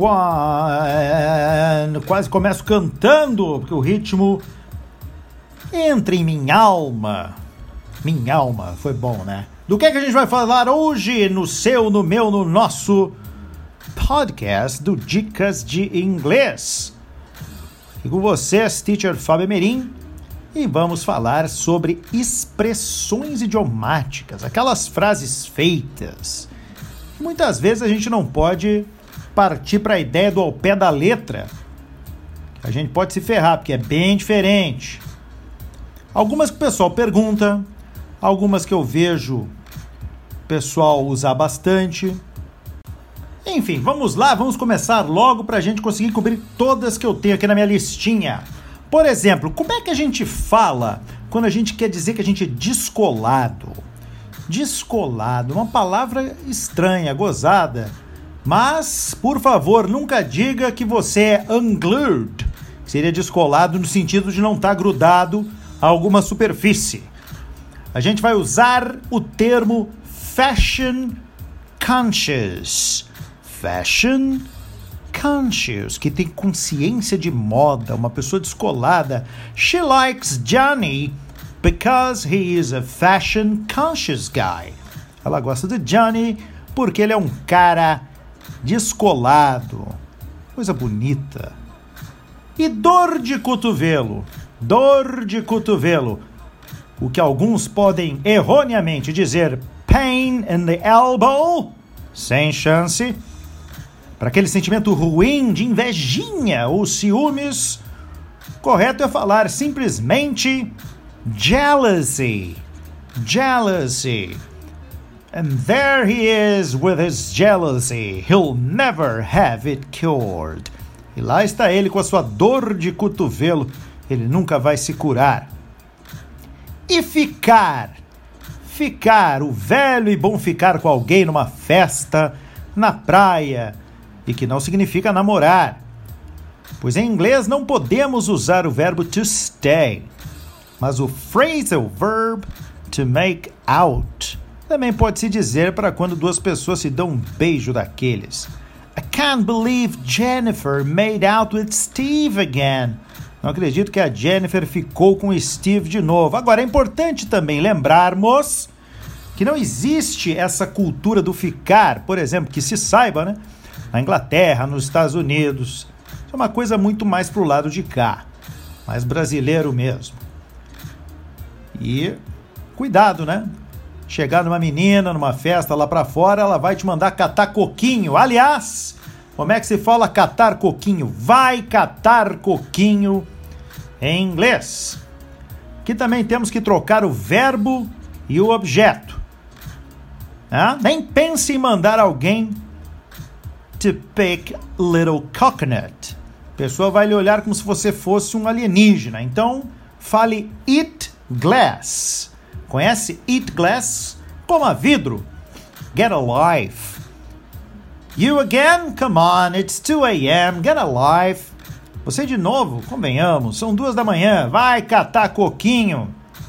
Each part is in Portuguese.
everyone. Quase começo cantando, porque o ritmo entra em minha alma. Minha alma, foi bom, né? Do que a gente vai falar hoje no seu, no meu, no nosso podcast do Dicas de Inglês? E com vocês, Teacher Fábio Merim, e vamos falar sobre expressões idiomáticas, aquelas frases feitas. Muitas vezes a gente não pode partir para a ideia do ao pé da letra. A gente pode se ferrar, porque é bem diferente. Algumas que o pessoal pergunta, algumas que eu vejo o pessoal usar bastante. Enfim, vamos lá, vamos começar logo para a gente conseguir cobrir todas que eu tenho aqui na minha listinha. Por exemplo, como é que a gente fala quando a gente quer dizer que a gente é descolado? Descolado, uma palavra estranha, gozada. Mas, por favor, nunca diga que você é unglued, que seria descolado no sentido de não estar grudado a alguma superfície. A gente vai usar o termo fashion conscious. Fashion conscious, que tem consciência de moda, uma pessoa descolada. She likes Johnny because he is a fashion conscious guy. Ela gosta de Johnny porque ele é um cara descolado. Coisa bonita. E dor de cotovelo. Dor de cotovelo. O que alguns podem erroneamente dizer pain in the elbow. Sem chance. Para aquele sentimento ruim de invejinha ou ciúmes, correto é falar simplesmente jealousy. Jealousy. And there he is with his jealousy. He'll never have it cured. E lá está ele com a sua dor de cotovelo. Ele nunca vai se curar. E ficar. Ficar, o velho e bom ficar com alguém numa festa, na praia, e que não significa namorar. Pois em inglês não podemos usar o verbo to stay, mas o phrasal verb to make out também pode se dizer para quando duas pessoas se dão um beijo daqueles. I can't believe Jennifer made out with Steve again. Não acredito que a Jennifer ficou com o Steve de novo. Agora, é importante também lembrarmos que não existe essa cultura do ficar, por exemplo, que se saiba, né? Na Inglaterra, nos Estados Unidos. Isso é uma coisa muito mais pro lado de cá. Mais brasileiro mesmo. E cuidado, né? Chegar numa menina, numa festa lá pra fora, ela vai te mandar catar coquinho. Aliás, como é que se fala catar coquinho? Vai catar coquinho em inglês. Aqui também temos que trocar o verbo e o objeto. Nem pense em mandar alguém to pick little coconut. A pessoa vai lhe olhar como se você fosse um alienígena. Então, fale eat glass. Conhece eat glass? Coma vidro. Get a life. You again? Come on, it's 2 a.m. Get a life. Você de novo? Convenhamos, são 2 da manhã. Vai catar coquinho.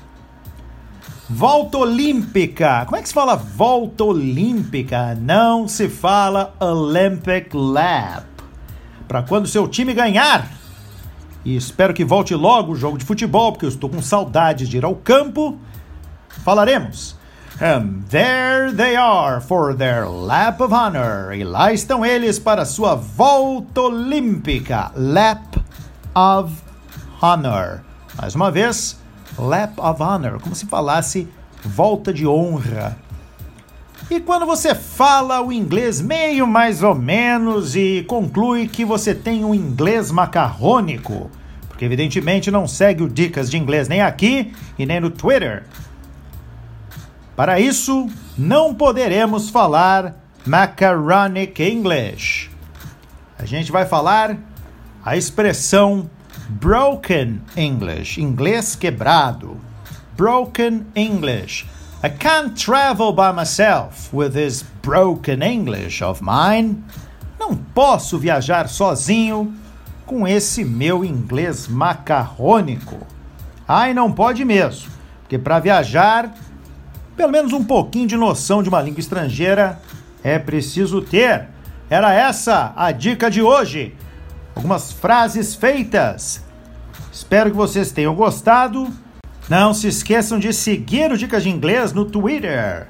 Volta olímpica. Como é que se fala volta olímpica? Não se fala Olympic lap. Para quando seu time ganhar. E espero que volte logo o jogo de futebol, porque eu estou com saudades de ir ao campo. Falaremos. And there they are for their lap of honor. E lá estão eles para sua volta olímpica. Lap of honor. Mais uma vez, lap of honor. Como se falasse volta de honra. E quando você fala o inglês meio mais ou menos e conclui que você tem um inglês macarrônico, porque evidentemente não segue o Dicas de Inglês nem aqui e nem no Twitter. Para isso, não poderemos falar macaronic English. A gente vai falar a expressão broken English, inglês quebrado. Broken English. I can't travel by myself with this broken English of mine. Não posso viajar sozinho com esse meu inglês macarrônico. Ai, não pode mesmo, porque para viajar, pelo menos um pouquinho de noção de uma língua estrangeira é preciso ter. Era essa a dica de hoje. Algumas frases feitas. Espero que vocês tenham gostado. Não se esqueçam de seguir o Dicas de Inglês no Twitter.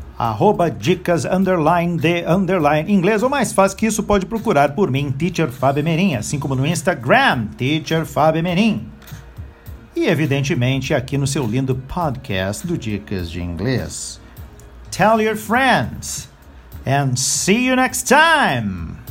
@dicas_de_inglês, ou mais fácil que isso, pode procurar por mim, Teacher Fábio Menin, assim como no Instagram, Teacher Fábio Menin. E evidentemente aqui no seu lindo podcast do Dicas de Inglês. Tell your friends and see you next time!